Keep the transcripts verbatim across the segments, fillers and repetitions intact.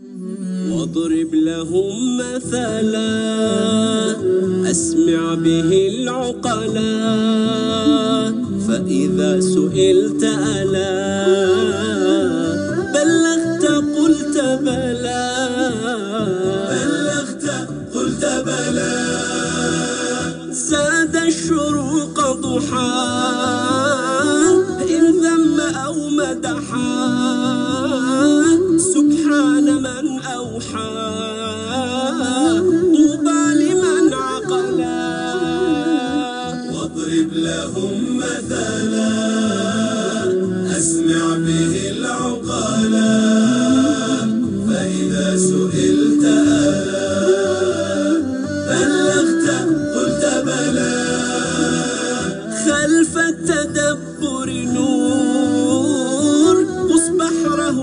واضرب لهم مثلا أسمع به العقلا فإذا سئلت ألا بلغت قلت بلى بلغت قلت بلى زاد الشروق ضحى إن ذم أو مدحا سبحان من أوحى طوبى لمن عقلا واضرب لهم مثلا أسمع به العقلا فإذا سئلت ألا بلغت قلت بلى خلف التدبر نور قص بحره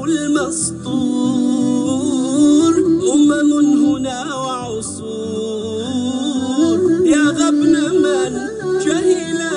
المسطور أمم هنا وعصور يا غبن من جهلا.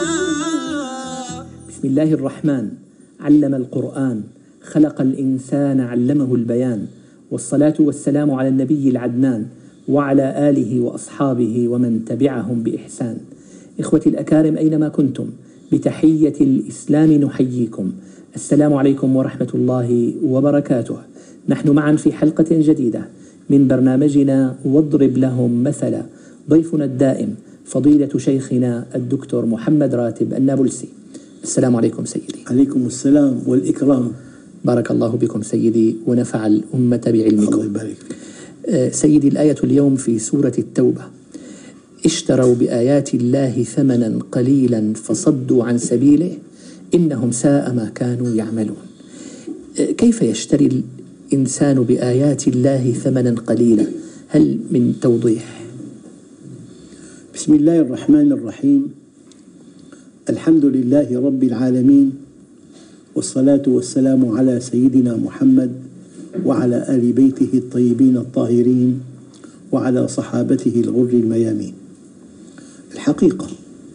بسم الله الرحمن. علم القرآن، خلق الإنسان، علمه البيان، والصلاة والسلام على النبي العدنان وعلى آله وأصحابه ومن تبعهم بإحسان. إخوتي الأكارم أينما كنتم، بتحية الإسلام نحييكم. السلام عليكم ورحمة الله وبركاته. نحن معا في حلقة جديدة من برنامجنا واضرب لهم مثلا. ضيفنا الدائم فضيلة شيخنا الدكتور محمد راتب النابلسي. السلام عليكم سيدي. عليكم السلام والإكرام. بارك الله بكم سيدي ونفع الأمة بعلمكم. الله يبارك. سيدي، الآية اليوم في سورة التوبة: اشتروا بآيات الله ثمنا قليلا فصدوا عن سبيله إنهم ساء ما كانوا يعملون. كيف يشتري الإنسان بآيات الله ثمنا قليلا؟ هل من توضيح؟ بسم الله الرحمن الرحيم. الحمد لله رب العالمين، والصلاة والسلام على سيدنا محمد وعلى آل بيته الطيبين الطاهرين وعلى صحابته الغر الميامين. الحقيقة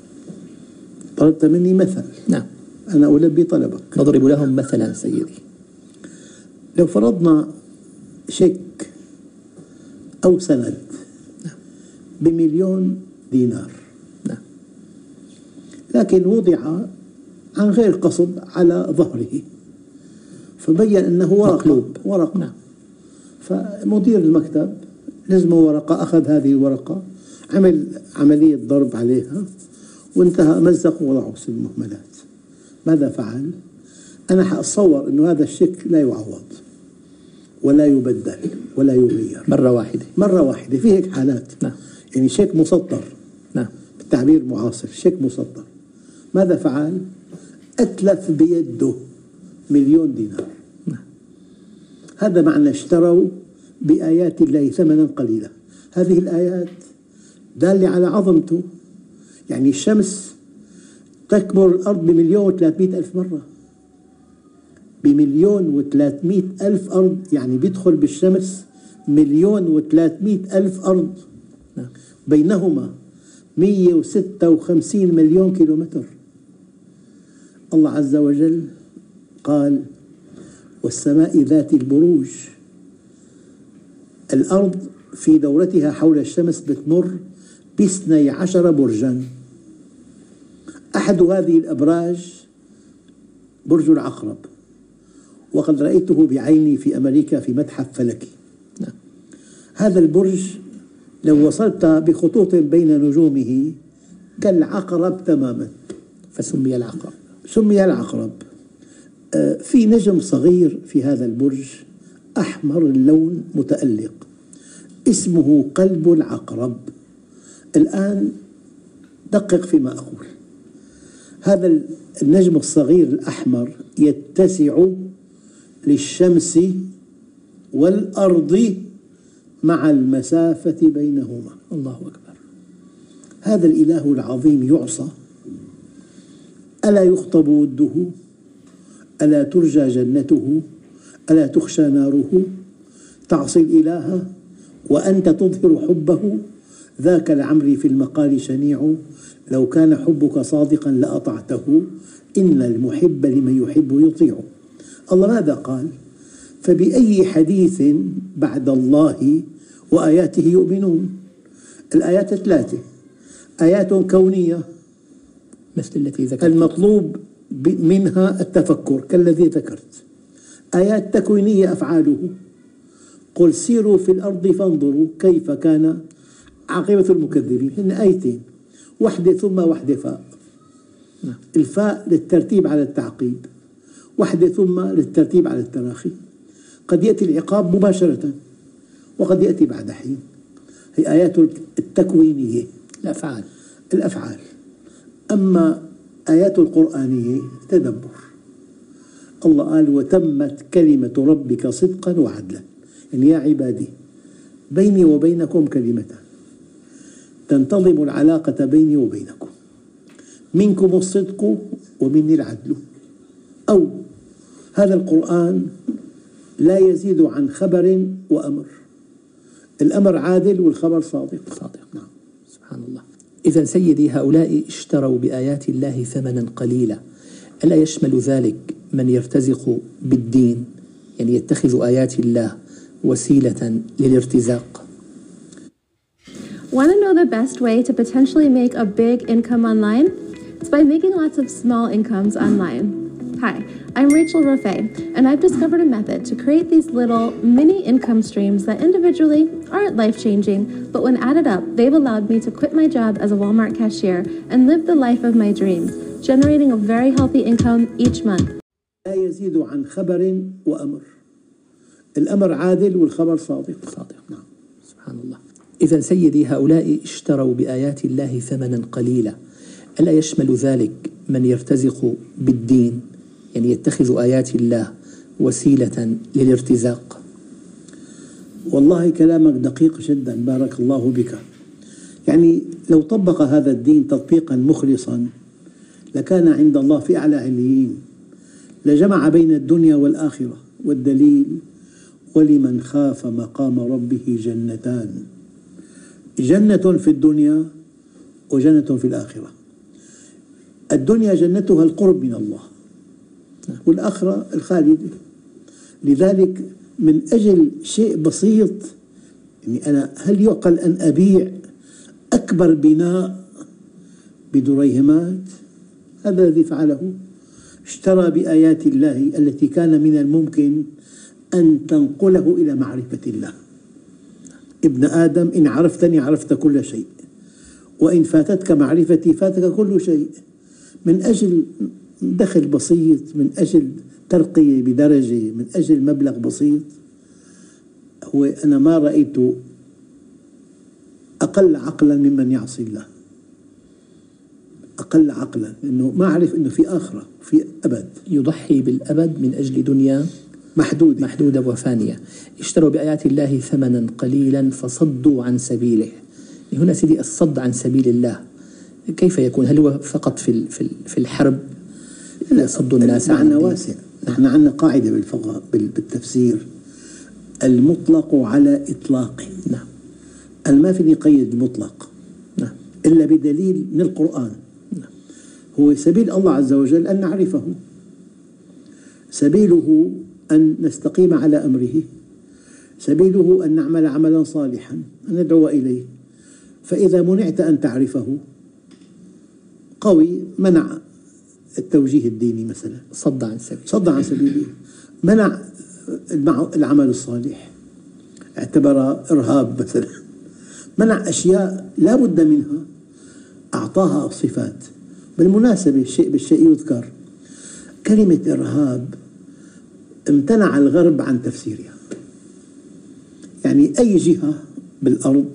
طلبت مني مثل. نعم، أنا ألبي طلبك. نضرب لهم مثلا سيدي. لو فرضنا شيك أو سند بمليون دينار، نعم، لكن وضع عن غير قصد على ظهره، فبين أنه ورقة مقلوب. ورقة. نعم. فمدير المكتب لزمه ورقة، أخذ هذه الورقة، عمل عملية ضرب عليها وانتهى، مزق ووضعه في المهملات. ماذا فعل؟ أنا حأتصور أنه هذا الشيك لا يعوض ولا يبدل ولا يغير مرة واحدة. مرة واحدة. في هيك حالات. نعم. يعني شيك مسطر. نعم. بالتعبير المعاصر شيك مسطر. ماذا فعل؟ أتلف بيده مليون دينار. نعم. هذا معنى اشتروا بآيات الله ثمنا قليلا. هذه الآيات دالة على عظمته. يعني الشمس تكبر الأرض بمليون وثلاثمائة ألف مرة، بمليون وثلاثمائة ألف أرض، يعني بيدخل بالشمس مليون وثلاثمائة ألف أرض. نعم. بينهما مئة وستة وخمسين مليون كيلومتر. الله عز وجل قال: والسماء ذات البروج. الأرض في دورتها حول الشمس بتمر باثني عشر برجا. أحد هذه الأبراج برج العقرب، وقد رأيته بعيني في أمريكا في متحف فلكي. نعم. هذا البرج لو وصلت بخطوط بين نجومه كالعقرب تماما، فسمي العقرب. سمي العقرب. في نجم صغير في هذا البرج أحمر اللون متألق، اسمه قلب العقرب. الآن دقق فيما أقول. هذا النجم الصغير الأحمر يتسع للشمس والأرض مع المسافة بينهما. الله أكبر. هذا الإله العظيم يعصى؟ ألا يخطب وده؟ ألا ترجى جنته؟ ألا تخشى ناره؟ تعصي الإله وأنت تظهر حبه؟ ذاك لعمري في المقال شنيع، لو كان حبك صادقا لأطعته، إن المحب لمن يحب يطيع. الله ماذا قال؟ فبأي حديث بعد الله وآياته يؤمنون. الآيات ثلاثة: آيات كونية مثل التي ذكرت، المطلوب منها التفكر كالذي ذكرت. آيات تكوينية أفعاله، قل سيروا في الأرض فانظروا كيف كان عاقبة المكذبين. هن آيتين، واحدة ثم واحدة فاء. الفاء للترتيب على التعقيب، واحدة ثم للترتيب على التراخي. قد يأتي العقاب مباشرة وقد يأتي بعد حين. هي آيات التكوينية الأفعال الأفعال. أما آيات القرآنية تدبر. الله قال: وتمت كلمة ربك صدقا وعدلا. يعني يا عبادي بيني وبينكم كلمتان تنتظم العلاقة بيني وبينكم، منكم الصدق ومني العدل. أو هذا القرآن لا يزيد عن خبر وأمر، الأمر عادل والخبر صادق. صادق، نعم، سبحان الله. إذا سيدي هؤلاء اشتروا بآيات الله ثمنا قليلا، ألا يشمل ذلك من يرتزق بالدين، يعني يتخذ آيات الله وسيلة للارتزاق؟ Want to know the best way to potentially make a big income online? It's by making lots of small incomes online. Hi, I'm Rachel Rofe, and I've discovered a method to create these little mini income streams that individually aren't life-changing, but when added up, they've allowed me to quit my job as a Walmart cashier and live the life of my dreams, generating a very healthy income each month. لا يزيد عن خبر وأمر، الأمر عادل والخبر صادق. صادق، نعم، سبحان الله. إذا سيدي هؤلاء اشتروا بآيات الله ثمنا قليلا، ألا يشمل ذلك من يرتزق بالدين، يعني يتخذ آيات الله وسيلة للارتزاق؟ والله كلامك دقيق جدا، بارك الله بك. يعني لو طبق هذا الدين تطبيقا مخلصا لكان عند الله في أعلى عليين، لجمع بين الدنيا والآخرة. والدليل: ولمن خاف مقام ربه جنتان، جنة في الدنيا وجنة في الآخرة. الدنيا جنتها القرب من الله، والآخرة الخالدة. لذلك من أجل شيء بسيط، يعني أنا هل يعقل أن أبيع أكبر بناء بدريهمات؟ هذا الذي فعله، اشترى بآيات الله التي كان من الممكن أن تنقله إلى معرفة الله. ابن آدم إن عرفتني عرفت كل شيء، وإن فاتتك معرفتي فاتك كل شيء. من أجل دخل بسيط، من أجل ترقية بدرجة، من أجل مبلغ بسيط، هو أنا ما رأيت أقل عقلا ممن يعصي الله. أقل عقلا، إنه ما أعرف إنه في آخرة، في أبد، يضحي بالأبد من أجل دنيا محدودة محدودة وفانية. اشتروا بآيات الله ثمنا قليلا فصدوا عن سبيله. هنا سيدي الصد عن سبيل الله كيف يكون؟ هل هو فقط في في الحرب يصد الناس عن معنى واسع. نحن عندنا قاعدة بالفقه بالتفسير: المطلق على إطلاقه. نعم. ما فيني قيد المطلق نعم. إلا بدليل من القرآن. نعم. هو سبيل الله عز وجل أن نعرفه، سبيله أن نستقيم على أمره، سبيله أن نعمل عملا صالحا، أن ندعو إليه. فإذا منعت أن تعرفه، قوي منع التوجيه الديني مثلا، صد عن سبيله، صد عن سبيله، منع العمل الصالح، اعتبر إرهاب مثلا، منع أشياء لا بد منها، أعطاها صفات. بالمناسبة الشيء بالشيء يذكر، كلمة إرهاب امتنع الغرب عن تفسيرها. يعني أي جهة بالأرض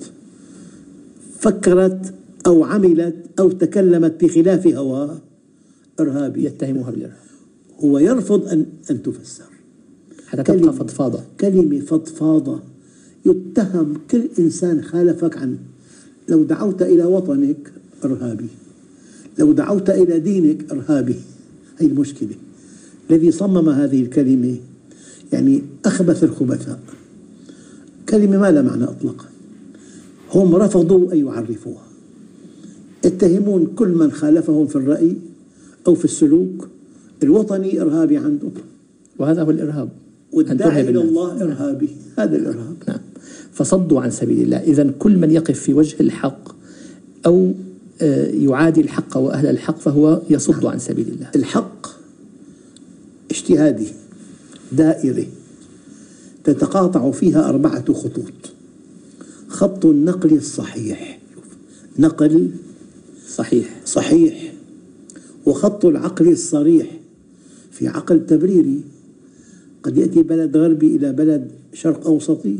فكرت أو عملت أو تكلمت بخلاف هواه إرهابي، يتهمها بالإرهاب. هو يرفض أن أن تفسر، حتى تبقى فضفاضة. كلمة فضفاضة يتهم كل إنسان خالفك عنه. لو دعوت إلى وطنك إرهابي، لو دعوت إلى دينك إرهابي. هي المشكلة. الذي صمم هذه الكلمة يعني أخبث الخبثاء، كلمة ما لها معنى أطلقا. هم رفضوا أن يعرفوها، يتهمون كل من خالفهم في الرأي أو في السلوك الوطني إرهابي عندهم. وهذا هو الإرهاب. والداعي إلى الناس. الله إرهابي، هذا الإرهاب. نعم. فصدوا عن سبيل الله. إذن كل من يقف في وجه الحق أو يعادي الحق وأهل الحق فهو يصد نعم. عن سبيل الله. الحق اجتهادي دائري تتقاطع فيها أربعة خطوط. خط النقل الصحيح، نقل صحيح صحيح، وخط العقل الصريح، في عقل تبريري. قد يأتي بلد غربي إلى بلد شرق أوسطي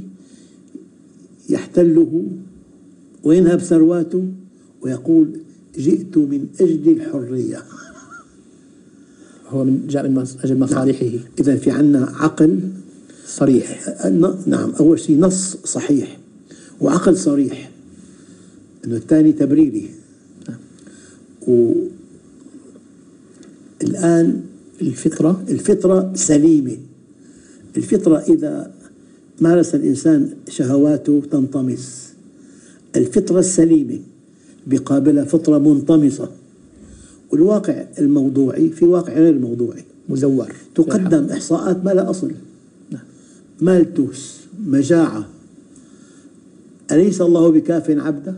يحتله وينهب ثرواته ويقول جئت من أجل الحرية، هو من جاء من أجل مصالحه. نعم. إذن في عنا عقل صريح. نعم، أول شيء نص صحيح وعقل صريح، إنه الثاني تبريري. نعم. والآن الفطرة الفطرة سليمة. الفطرة إذا مارس الإنسان شهواته تنطمس. الفطرة السليمة بقابلها فطرة منطمسة. والواقع الموضوعي في واقع غير موضوعي مزور. تقدم إحصاءات ما لا أصل. مالتوس، مجاعة، أليس الله بكاف عبده؟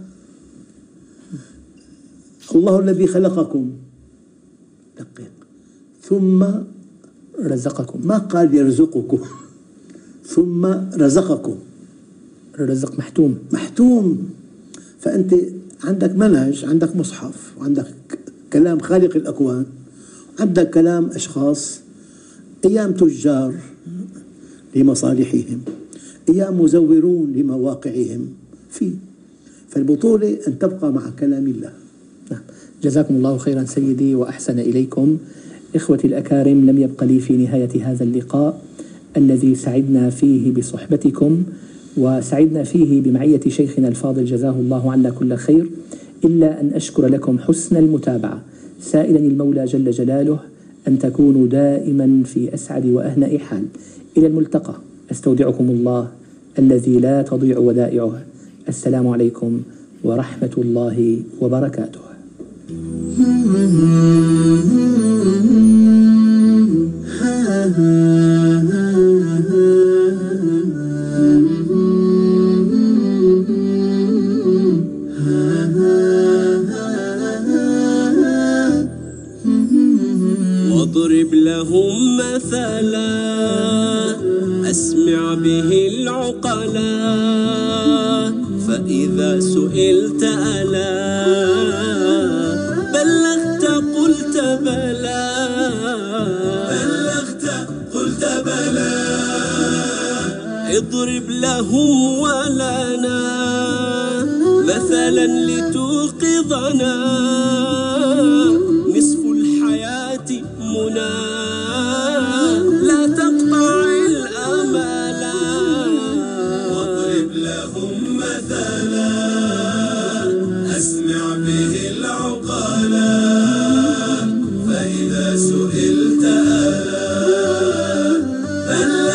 الله الذي خلقكم دقيق ثم رزقكم، ما قال يرزقكم ثم رزقكم. الرزق محتوم محتوم. فأنت عندك منهج، عندك مصحف، وعندك كلام خالق الأكوان، عندك كلام أشخاص، أيام تجار لمصالحهم، أيام مزورون لمواقعهم. في فالبطولة أن تبقى مع كلام الله. نعم. جزاكم الله خيرا سيدي وأحسن إليكم. إخوتي الأكارم، لم يبق لي في نهاية هذا اللقاء الذي سعدنا فيه بصحبتكم وسعدنا فيه بمعية شيخنا الفاضل جزاه الله عنا كل خير، إلا أن أشكر لكم حسن المتابعة، سائلا المولى جل جلاله أن تكونوا دائما في أسعد وأهنأ حال. إلى الملتقى، أستودعكم الله الذي لا تضيع ودائعه. السلام عليكم ورحمة الله وبركاته. واضرب لهم مثلا أسمع به العقلا، فإذا سئلت ألا بلغت قلت بلى، بلغت قلت بلى. اضرب لهم ولنا مثلا لتوقظنا، نصف الحياة منى لا تقطع الأمل. واضرب لهم مثلا أسمع به العقلا، فإذا سئلت ألا